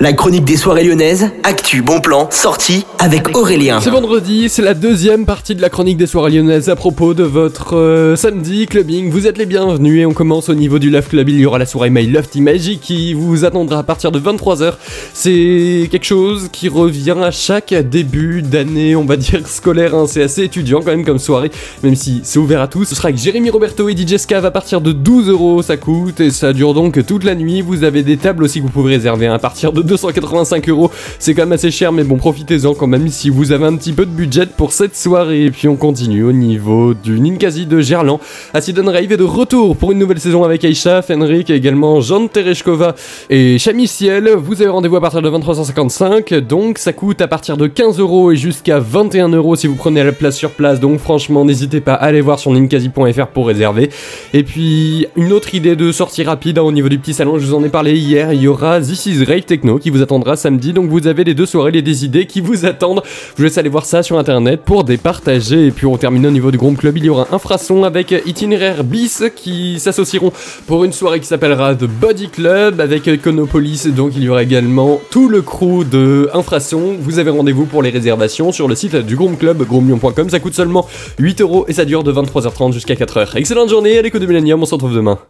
La chronique des soirées lyonnaises, actu, bon plan, sortie avec Aurélien. C'est vendredi, c'est la deuxième partie de la chronique des soirées lyonnaises à propos de votre samedi clubbing. Vous êtes les bienvenus et on commence au niveau du Love Club. Il y aura la soirée My Love Magic qui vous attendra à partir de 23h. C'est quelque chose qui revient à chaque début d'année, on va dire scolaire, hein. C'est assez étudiant quand même comme soirée, même si c'est ouvert à tous. Ce sera avec Jérémy Roberto et DJ Scav à partir de 12€ ça coûte et ça dure donc toute la nuit. Vous avez des tables aussi que vous pouvez réserver à partir de 285€, c'est quand même assez cher, mais bon, profitez-en quand même si vous avez un petit peu de budget pour cette soirée. Et puis on continue au niveau du Ninkasi de Gerland. Acid and Rave est de retour pour une nouvelle saison avec Aïcha, Fenrik et également Jean Tereshkova et Chami Ciel. Vous avez rendez-vous à partir de 23h55, donc ça coûte à partir de 15€ et jusqu'à 21€ si vous prenez la place sur place. Donc franchement, n'hésitez pas à aller voir sur ninkasi.fr pour réserver. Et puis une autre idée de sortie rapide au niveau du petit salon, je vous en ai parlé hier, il y aura This is Rave Techno qui vous attendra samedi, donc vous avez les deux soirées, les deux idées qui vous attendent. Je vous laisse aller voir ça sur internet pour départager. Et puis on termine au niveau du Groupe Club, il y aura Infrason avec Itinéraire Bis qui s'associeront pour une soirée qui s'appellera The Body Club avec Konopolis, donc il y aura également tout le crew de Infrason. Vous avez rendez-vous pour les réservations sur le site du Groupe Club, gromlion.com, ça coûte seulement 8€ et ça dure de 23h30 jusqu'à 4h. Excellente journée à l'écoute de Millennium, on se retrouve demain.